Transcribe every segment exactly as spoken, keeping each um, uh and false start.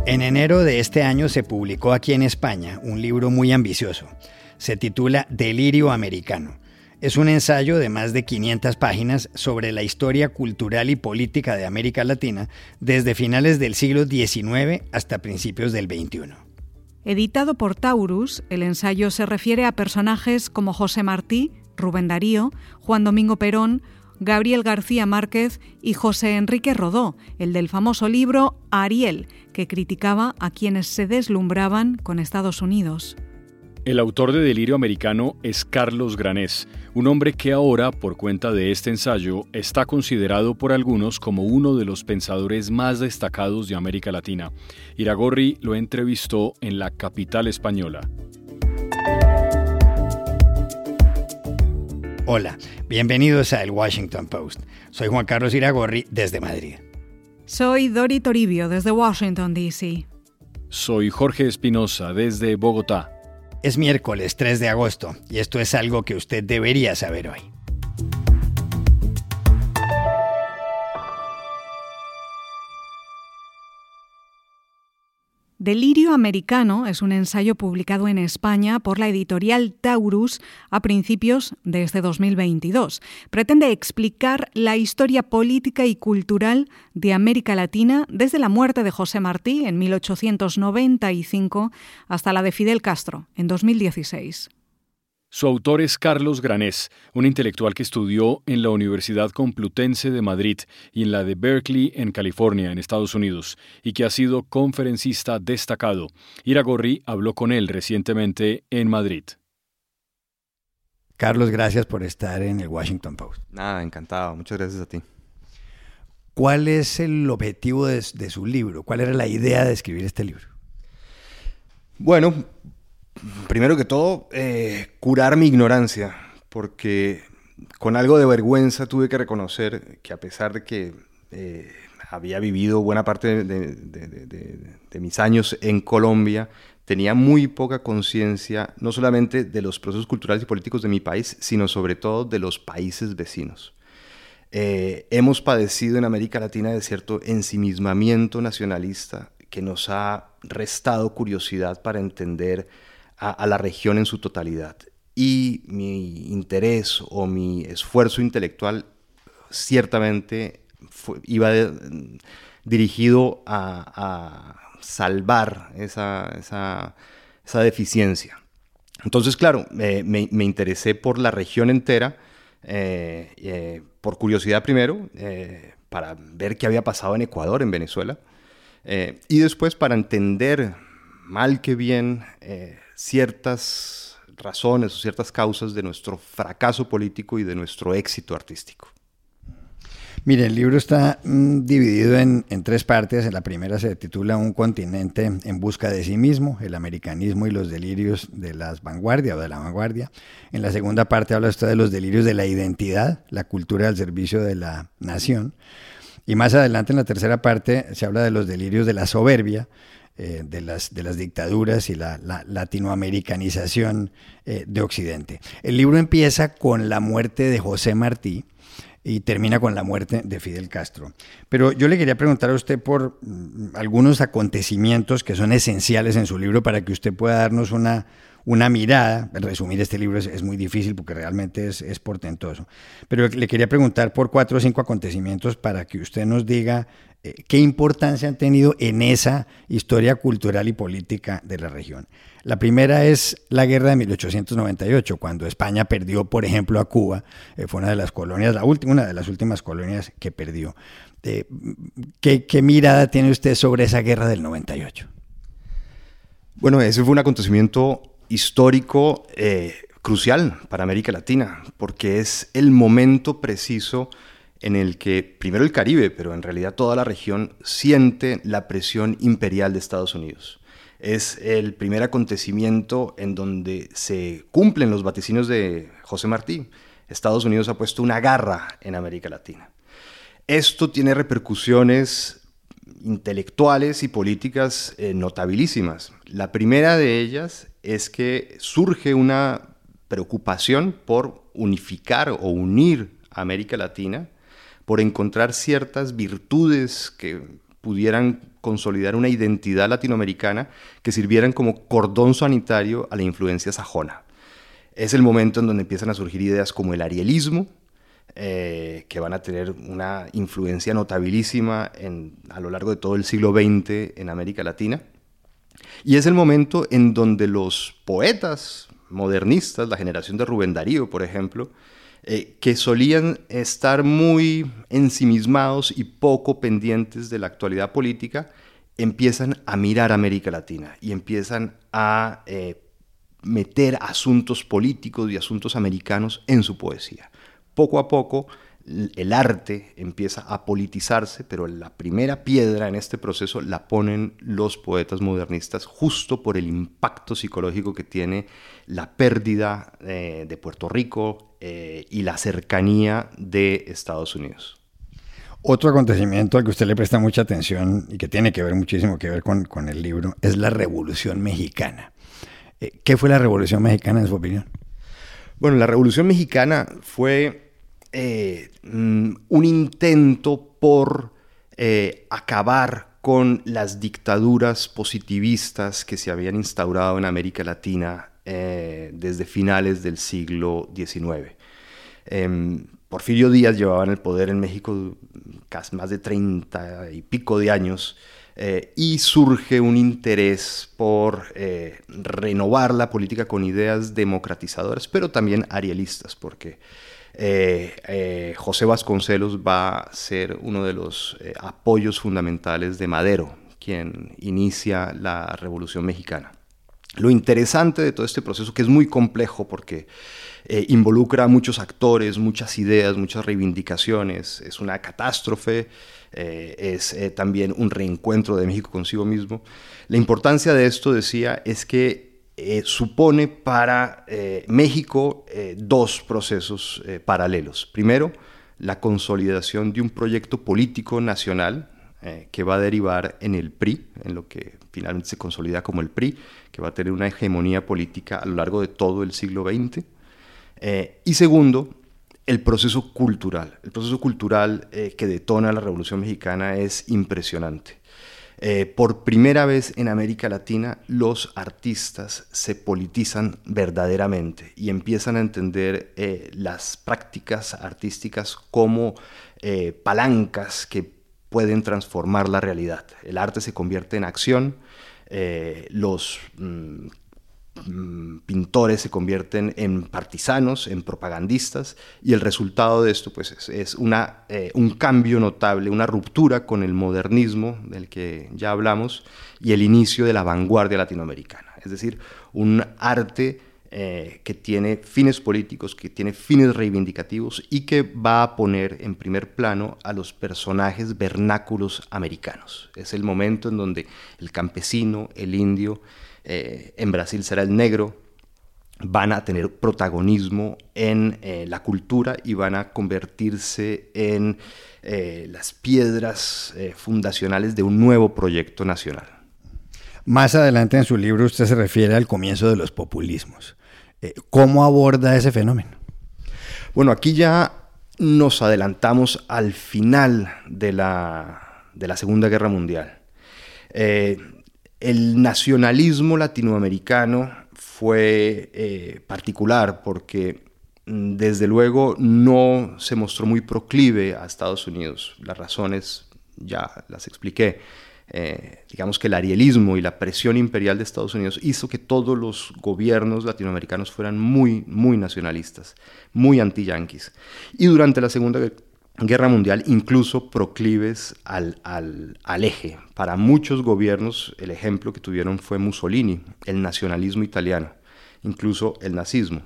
En enero de este año se publicó aquí en España un libro muy ambicioso. Se titula Delirio Americano. Es un ensayo de más de quinientas páginas sobre la historia cultural y política de América Latina desde finales del siglo diecinueve hasta principios del veintiuno. Editado por Taurus, el ensayo se refiere a personajes como José Martí, Rubén Darío, Juan Domingo Perón, Gabriel García Márquez y José Enrique Rodó, el del famoso libro Ariel, que criticaba a quienes se deslumbraban con Estados Unidos. El autor de Delirio Americano es Carlos Granés, un hombre que ahora, por cuenta de este ensayo, está considerado por algunos como uno de los pensadores más destacados de América Latina. Iragorri lo entrevistó en la capital española. Hola, bienvenidos a El Washington Post. Soy Juan Carlos Iragorri desde Madrid. Soy Dori Toribio desde Washington, D C Soy Jorge Espinosa desde Bogotá. Es miércoles tres de agosto y esto es algo que usted debería saber hoy. Delirio Americano es un ensayo publicado en España por la editorial Taurus a principios de este dos mil veintidós. Pretende explicar la historia política y cultural de América Latina desde la muerte de José Martí en mil ochocientos noventa y cinco hasta la de Fidel Castro en dos mil dieciséis. Su autor es Carlos Granés, un intelectual que estudió en la Universidad Complutense de Madrid y en la de Berkeley en California, en Estados Unidos, y que ha sido conferencista destacado. Iragorri habló con él recientemente en Madrid. Carlos, gracias por estar en el Washington Post. Nada, encantado. Muchas gracias a ti. ¿Cuál es el objetivo de, de su libro? ¿Cuál era la idea de escribir este libro? Bueno, primero que todo, eh, curar mi ignorancia, porque con algo de vergüenza tuve que reconocer que a pesar de que eh, había vivido buena parte de, de, de, de, de mis años en Colombia, tenía muy poca conciencia no solamente de los procesos culturales y políticos de mi país, sino sobre todo de los países vecinos. Eh, hemos padecido en América Latina de cierto ensimismamiento nacionalista que nos ha restado curiosidad para entender A, a la región en su totalidad. Y mi interés o mi esfuerzo intelectual ciertamente fue, iba de, dirigido a, a salvar esa, esa, esa deficiencia. Entonces, claro, eh, me, me interesé por la región entera, eh, eh, por curiosidad primero, eh, para ver qué había pasado en Ecuador, en Venezuela, eh, y después para entender mal que bien eh, ciertas razones o ciertas causas de nuestro fracaso político y de nuestro éxito artístico. Mire, el libro está mm, dividido en, en tres partes. En la primera se titula Un continente en busca de sí mismo, el americanismo y los delirios de las vanguardias o de la vanguardia. En la segunda parte habla usted de los delirios de la identidad, la cultura al servicio de la nación. Y más adelante, en la tercera parte, se habla de los delirios de la soberbia, Eh, de, las, de las dictaduras y la, la latinoamericanización eh, de Occidente. El libro empieza con la muerte de José Martí y termina con la muerte de Fidel Castro. Pero yo le quería preguntar a usted por mm, algunos acontecimientos que son esenciales en su libro para que usted pueda darnos una, una mirada. Resumir este libro es, es muy difícil porque realmente es, es portentoso. Pero le quería preguntar por cuatro o cinco acontecimientos para que usted nos diga eh, qué importancia han tenido en esa historia cultural y política de la región. La primera es la guerra de mil ochocientos noventa y ocho, cuando España perdió, por ejemplo, a Cuba. Eh, fue una de las colonias, la última, una de las últimas colonias que perdió. Eh, ¿qué, ¿Qué mirada tiene usted sobre esa guerra del noventa y ocho? Bueno, ese fue un acontecimiento histórico eh, crucial para América Latina, porque es el momento preciso en el que primero el Caribe, pero en realidad toda la región, siente la presión imperial de Estados Unidos. Es el primer acontecimiento en donde se cumplen los vaticinios de José Martí. Estados Unidos ha puesto una garra en América Latina. Esto tiene repercusiones intelectuales y políticas eh, notabilísimas. La primera de ellas es que surge una preocupación por unificar o unir a América Latina, por encontrar ciertas virtudes que pudieran consolidar una identidad latinoamericana que sirvieran como cordón sanitario a la influencia sajona. Es el momento en donde empiezan a surgir ideas como el arielismo, eh, que van a tener una influencia notabilísima en, a lo largo de todo el siglo veinte en América Latina. Y es el momento en donde los poetas modernistas, la generación de Rubén Darío, por ejemplo, eh, que solían estar muy ensimismados y poco pendientes de la actualidad política, empiezan a mirar a América Latina y empiezan a eh, meter asuntos políticos y asuntos americanos en su poesía. Poco a poco el arte empieza a politizarse, pero la primera piedra en este proceso la ponen los poetas modernistas justo por el impacto psicológico que tiene la pérdida eh, de Puerto Rico eh, y la cercanía de Estados Unidos. Otro acontecimiento al que usted le presta mucha atención y que tiene que ver muchísimo que ver con, con el libro es la Revolución Mexicana. Eh, ¿Qué fue la Revolución Mexicana en su opinión? Bueno, la Revolución Mexicana fue Eh, un intento por eh, acabar con las dictaduras positivistas que se habían instaurado en América Latina eh, desde finales del siglo diecinueve. Eh, Porfirio Díaz llevaba en el poder en México casi más de treinta y pico de años eh, y surge un interés por eh, renovar la política con ideas democratizadoras, pero también arielistas, porque Eh, eh, José Vasconcelos va a ser uno de los eh, apoyos fundamentales de Madero, quien inicia la Revolución Mexicana. Lo interesante de todo este proceso, que es muy complejo porque eh, involucra a muchos actores, muchas ideas, muchas reivindicaciones, es una catástrofe, eh, es eh, también un reencuentro de México consigo mismo. La importancia de esto, decía, es que Eh, supone para eh, México eh, dos procesos eh, paralelos. Primero, la consolidación de un proyecto político nacional eh, que va a derivar en el P R I, en lo que finalmente se consolida como el P R I, que va a tener una hegemonía política a lo largo de todo el siglo veinte. Eh, y segundo, el proceso cultural. El proceso cultural eh, que detona la Revolución Mexicana es impresionante. Eh, por primera vez en América Latina, los artistas se politizan verdaderamente y empiezan a entender eh, las prácticas artísticas como eh, palancas que pueden transformar la realidad. El arte se convierte en acción, eh, los mm, pintores se convierten en partisanos, en propagandistas, y el resultado de esto pues, es, es una, eh, un cambio notable, una ruptura con el modernismo del que ya hablamos y el inicio de la vanguardia latinoamericana. Es decir, un arte eh, que tiene fines políticos, que tiene fines reivindicativos y que va a poner en primer plano a los personajes vernáculos americanos. Es el momento en donde el campesino, el indio, Eh, en Brasil será el negro, van a tener protagonismo en eh, la cultura y van a convertirse en eh, las piedras eh, fundacionales de un nuevo proyecto nacional. Más adelante en su libro usted se refiere al comienzo de los populismos. Eh, ¿Cómo aborda ese fenómeno? Bueno, aquí ya nos adelantamos al final de la, de la Segunda Guerra Mundial. Eh, El nacionalismo latinoamericano fue eh, particular porque desde luego no se mostró muy proclive a Estados Unidos. Las razones ya las expliqué. Eh, digamos que el arielismo y la presión imperial de Estados Unidos hizo que todos los gobiernos latinoamericanos fueran muy, muy nacionalistas, muy anti-yanquis. Y durante la Segunda Guerra Mundial, incluso proclives al, al, al eje. Para muchos gobiernos, el ejemplo que tuvieron fue Mussolini, el nacionalismo italiano, incluso el nazismo.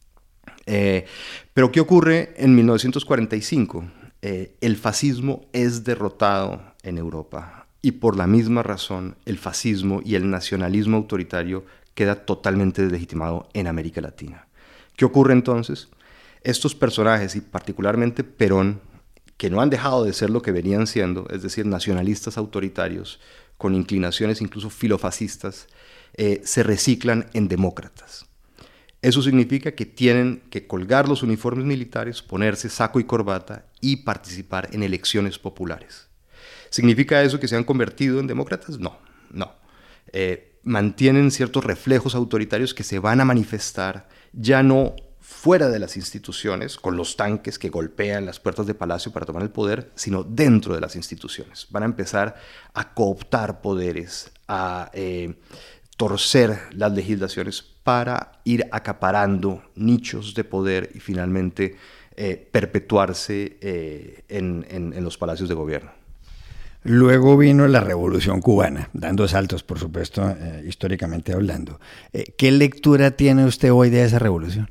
Eh, pero ¿qué ocurre en mil novecientos cuarenta y cinco? Eh, el fascismo es derrotado en Europa y por la misma razón el fascismo y el nacionalismo autoritario queda totalmente deslegitimado en América Latina. ¿Qué ocurre entonces? Estos personajes, y particularmente Perón, que no han dejado de ser lo que venían siendo, es decir, nacionalistas autoritarios, con inclinaciones incluso filofascistas, eh, se reciclan en demócratas. Eso significa que tienen que colgar los uniformes militares, ponerse saco y corbata y participar en elecciones populares. ¿Significa eso que se han convertido en demócratas? No, no. Eh, mantienen ciertos reflejos autoritarios que se van a manifestar ya no fuera de las instituciones, con los tanques que golpean las puertas de Palacio para tomar el poder, sino dentro de las instituciones. Van a empezar a cooptar poderes, a eh, torcer las legislaciones para ir acaparando nichos de poder y finalmente eh, perpetuarse eh, en, en, en los palacios de gobierno. Luego vino la Revolución Cubana, dando saltos, por supuesto, eh, históricamente hablando. Eh, ¿Qué lectura tiene usted hoy de esa revolución?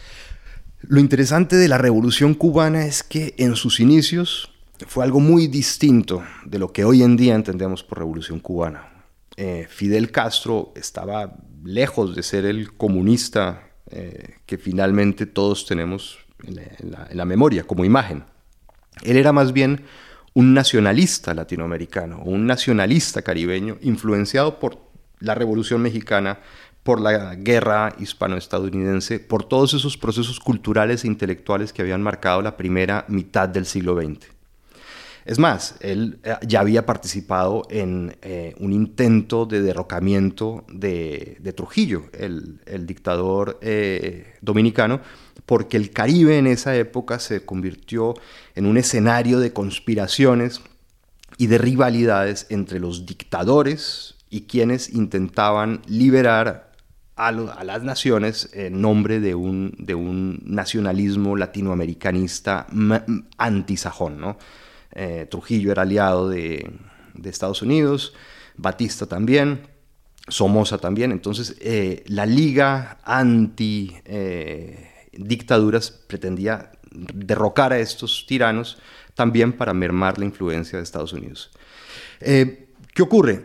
Lo interesante de la Revolución Cubana es que en sus inicios fue algo muy distinto de lo que hoy en día entendemos por Revolución Cubana. Eh, Fidel Castro estaba lejos de ser el comunista eh, que finalmente todos tenemos en la, en, la, en la memoria como imagen. Él era más bien un nacionalista latinoamericano, un nacionalista caribeño influenciado por la Revolución Mexicana, por la guerra hispano-estadounidense, por todos esos procesos culturales e intelectuales que habían marcado la primera mitad del siglo veinte. Es más, él ya había participado en eh, un intento de derrocamiento de, de Trujillo, el, el dictador eh, dominicano, porque el Caribe en esa época se convirtió en un escenario de conspiraciones y de rivalidades entre los dictadores y quienes intentaban liberar a, lo, a las naciones en nombre de un, de un nacionalismo latinoamericanista antisajón, ¿no? Eh, Trujillo era aliado de, de Estados Unidos, Batista también, Somoza también. Entonces eh, la Liga anti eh, dictaduras pretendía derrocar a estos tiranos también para mermar la influencia de Estados Unidos. Eh, ¿Qué ocurre?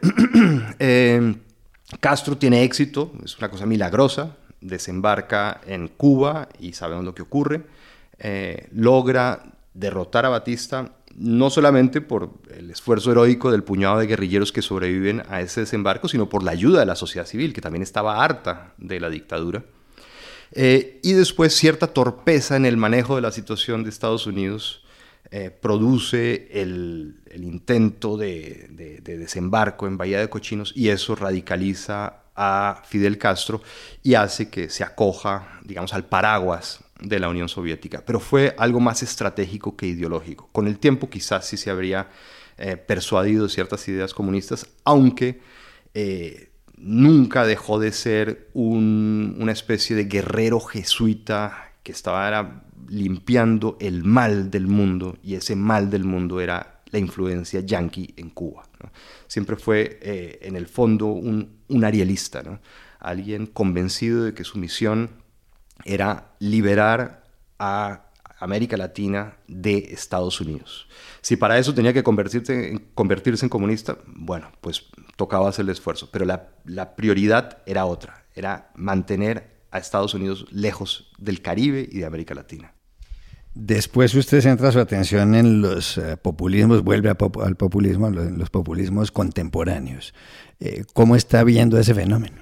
eh, Castro tiene éxito, es una cosa milagrosa, desembarca en Cuba y sabemos lo que ocurre, eh, logra derrotar a Batista, no solamente por el esfuerzo heroico del puñado de guerrilleros que sobreviven a ese desembarco, sino por la ayuda de la sociedad civil, que también estaba harta de la dictadura. Eh, y después cierta torpeza en el manejo de la situación de Estados Unidos eh, produce el, el intento de, de, de desembarco en Bahía de Cochinos, y eso radicaliza a Fidel Castro y hace que se acoja, digamos, al paraguas de la Unión Soviética, pero fue algo más estratégico que ideológico. Con el tiempo quizás sí se habría eh, persuadido ciertas ideas comunistas, aunque eh, nunca dejó de ser un, una especie de guerrero jesuita que estaba era, limpiando el mal del mundo, y ese mal del mundo era la influencia yanqui en Cuba, ¿no? Siempre fue eh, en el fondo un, un arielista, ¿no? Alguien convencido de que su misión era liberar a América Latina de Estados Unidos. Si para eso tenía que convertirse en, convertirse en comunista, bueno, pues tocaba hacer el esfuerzo. Pero la, la prioridad era otra, era mantener a Estados Unidos lejos del Caribe y de América Latina. Después usted centra su atención en los uh, populismos, vuelve a pop- al populismo, en los, en los populismos contemporáneos. Eh, ¿Cómo está viendo ese fenómeno?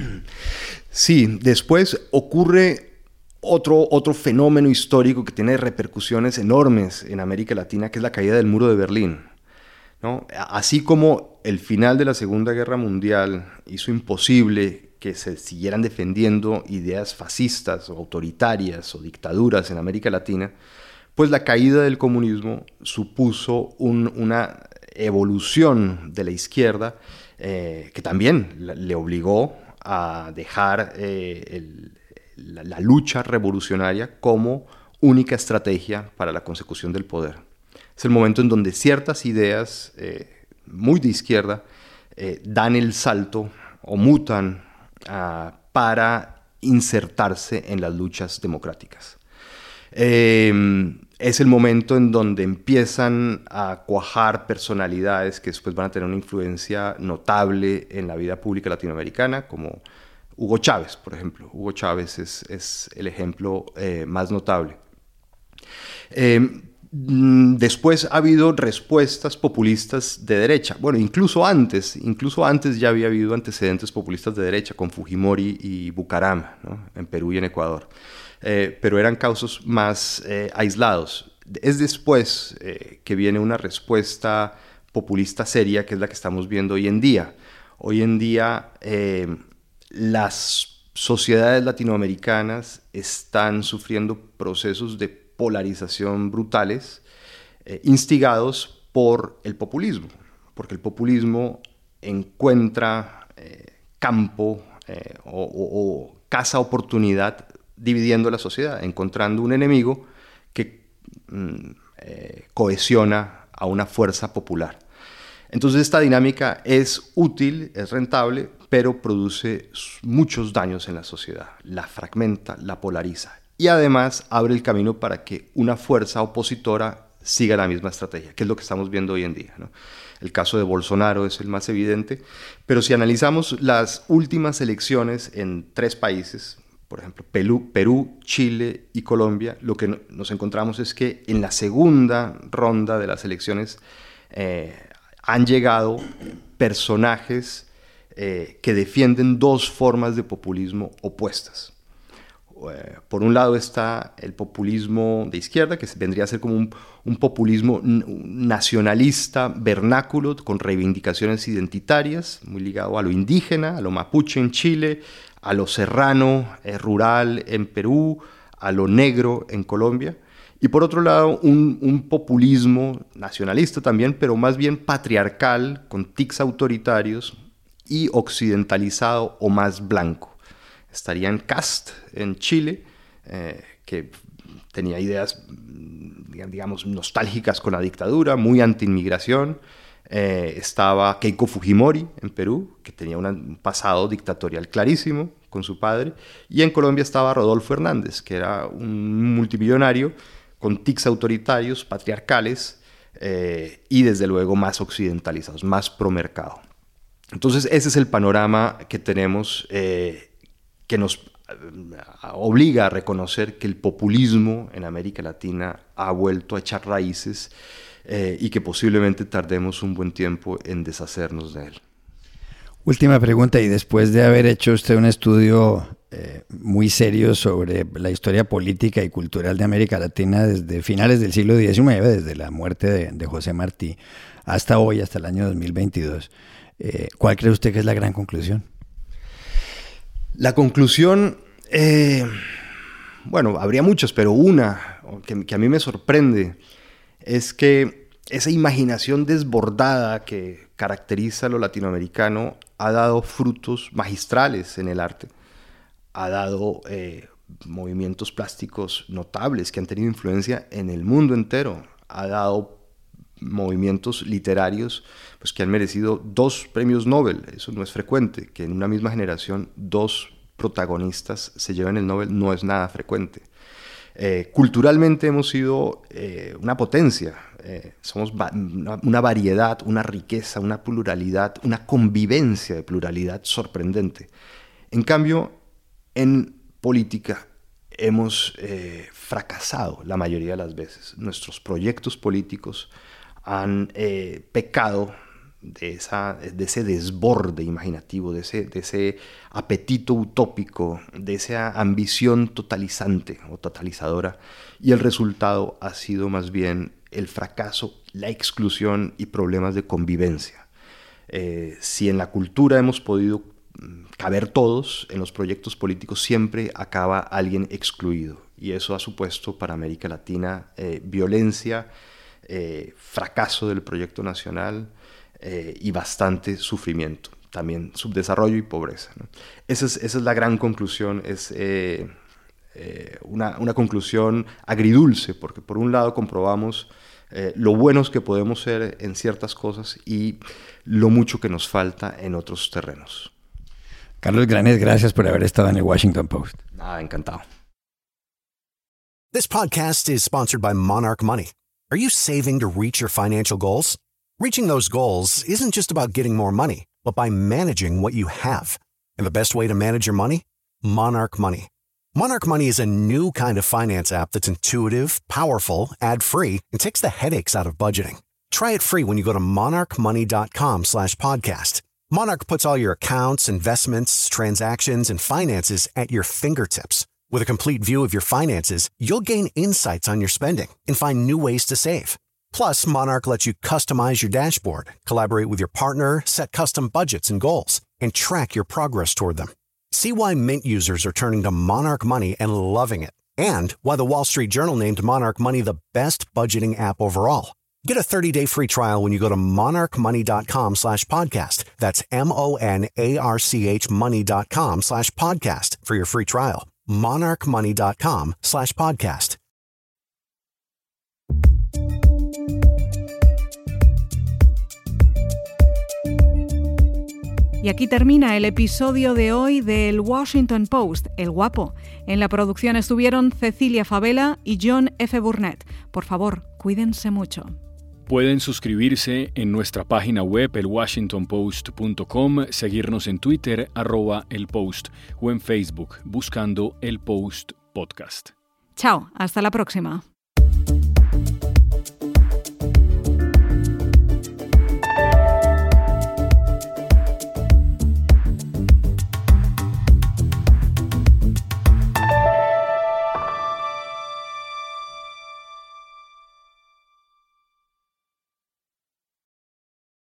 Sí, después ocurre Otro, otro fenómeno histórico que tiene repercusiones enormes en América Latina, que es la caída del muro de Berlín, ¿no? Así como el final de la Segunda Guerra Mundial hizo imposible que se siguieran defendiendo ideas fascistas o autoritarias o dictaduras en América Latina, pues la caída del comunismo supuso un, una evolución de la izquierda eh, que también le obligó a dejar eh, el La, la lucha revolucionaria como única estrategia para la consecución del poder. Es el momento en donde ciertas ideas eh, muy de izquierda eh, dan el salto o mutan uh, para insertarse en las luchas democráticas. Eh, es el momento en donde empiezan a cuajar personalidades que después van a tener una influencia notable en la vida pública latinoamericana, como Hugo Chávez, por ejemplo. Hugo Chávez es, es el ejemplo eh, más notable. Eh, después ha habido respuestas populistas de derecha. Bueno, incluso antes, incluso antes ya había habido antecedentes populistas de derecha con Fujimori y Bucaram, ¿no? En Perú y en Ecuador. Eh, pero eran casos más eh, aislados. Es después eh, que viene una respuesta populista seria, que es la que estamos viendo hoy en día. Hoy en día eh, las sociedades latinoamericanas están sufriendo procesos de polarización brutales, eh, instigados por el populismo, porque el populismo encuentra eh, campo eh, o, o, o caza oportunidad dividiendo la sociedad, encontrando un enemigo que mm, eh, cohesiona a una fuerza popular. Entonces esta dinámica es útil, es rentable, pero produce muchos daños en la sociedad, la fragmenta, la polariza y además abre el camino para que una fuerza opositora siga la misma estrategia, que es lo que estamos viendo hoy en día, ¿no? El caso de Bolsonaro es el más evidente, pero si analizamos las últimas elecciones en tres países, por ejemplo, Perú, Perú, Chile y Colombia, lo que nos encontramos es que en la segunda ronda de las elecciones eh, han llegado personajes eh, que defienden dos formas de populismo opuestas. Eh, por un lado está el populismo de izquierda, que vendría a ser como un, un populismo nacionalista, vernáculo, con reivindicaciones identitarias, muy ligado a lo indígena, a lo mapuche en Chile, a lo serrano eh, rural en Perú, a lo negro en Colombia. Y por otro lado, un, un populismo nacionalista también, pero más bien patriarcal, con tics autoritarios y occidentalizado o más blanco. Estarían Kast en Chile, eh, que tenía ideas, digamos, nostálgicas con la dictadura, muy anti-inmigración. Eh, estaba Keiko Fujimori en Perú, que tenía un pasado dictatorial clarísimo con su padre. Y en Colombia estaba Rodolfo Hernández, que era un multimillonario con tics autoritarios, patriarcales eh, y desde luego más occidentalizados, más promercado. Entonces ese es el panorama que tenemos, eh, que nos obliga a reconocer que el populismo en América Latina ha vuelto a echar raíces eh, y que posiblemente tardemos un buen tiempo en deshacernos de él. Última pregunta, y después de haber hecho usted un estudio eh, muy serio sobre la historia política y cultural de América Latina desde finales del siglo diecinueve, desde la muerte de, de José Martí, hasta hoy, hasta el año dos mil veintidós, eh, ¿cuál cree usted que es la gran conclusión? La conclusión, eh, bueno, habría muchas, pero una que, que a mí me sorprende es que esa imaginación desbordada que caracteriza a lo latinoamericano ha dado frutos magistrales en el arte, ha dado eh, movimientos plásticos notables que han tenido influencia en el mundo entero, ha dado movimientos literarios pues, que han merecido dos premios Nobel. Eso no es frecuente, que en una misma generación dos protagonistas se lleven el Nobel, no es nada frecuente. Eh, culturalmente hemos sido eh, una potencia, eh, somos va una, una variedad, una riqueza, una pluralidad, una convivencia de pluralidad sorprendente. En cambio, en política hemos eh, fracasado la mayoría de las veces. Nuestros proyectos políticos han eh, pecado de, esa, de ese desborde imaginativo, de ese, de ese apetito utópico, de esa ambición totalizante o totalizadora, y el resultado ha sido más bien el fracaso, la exclusión y problemas de convivencia. Eh, si en la cultura hemos podido caber todos, en los proyectos políticos siempre acaba alguien excluido, y eso ha supuesto para América Latina eh, violencia, eh, fracaso del proyecto nacional eh, y bastante sufrimiento, también subdesarrollo y pobreza, ¿no? Esa es, esa es la gran conclusión, es eh, eh, una, una conclusión agridulce, porque por un lado comprobamos eh, lo buenos que podemos ser en ciertas cosas y lo mucho que nos falta en otros terrenos. Carlos Granés, gracias por haber estado en el Washington Post. Nada, encantado. This podcast is sponsored by Monarch Money. Are you saving to reach your financial goals? Reaching those goals isn't just about getting more money, but by managing what you have. And the best way to manage your money? Monarch Money. Monarch Money is a new kind of finance app that's intuitive, powerful, ad-free, and takes the headaches out of budgeting. Try it free when you go to monarchmoney.com slash podcast. Monarch puts all your accounts, investments, transactions, and finances at your fingertips. With a complete view of your finances, you'll gain insights on your spending and find new ways to save. Plus, Monarch lets you customize your dashboard, collaborate with your partner, set custom budgets and goals, and track your progress toward them. See why Mint users are turning to Monarch Money and loving it, and why the Wall Street Journal named Monarch Money the best budgeting app overall. Get a thirty-day free trial when you go to monarchmoney.com slash podcast. That's M-O-N-A-R-C-H money.com slash podcast for your free trial. monarchmoney.com slash podcast. Y aquí termina el episodio de hoy del Washington Post, El Guapo. En la producción estuvieron Cecilia Favela y John F. Burnett. Por favor, cuídense mucho. Pueden suscribirse en nuestra página web el washington post punto com, seguirnos en Twitter, arroba El Post, o en Facebook, buscando El Post Podcast. Chao, hasta la próxima.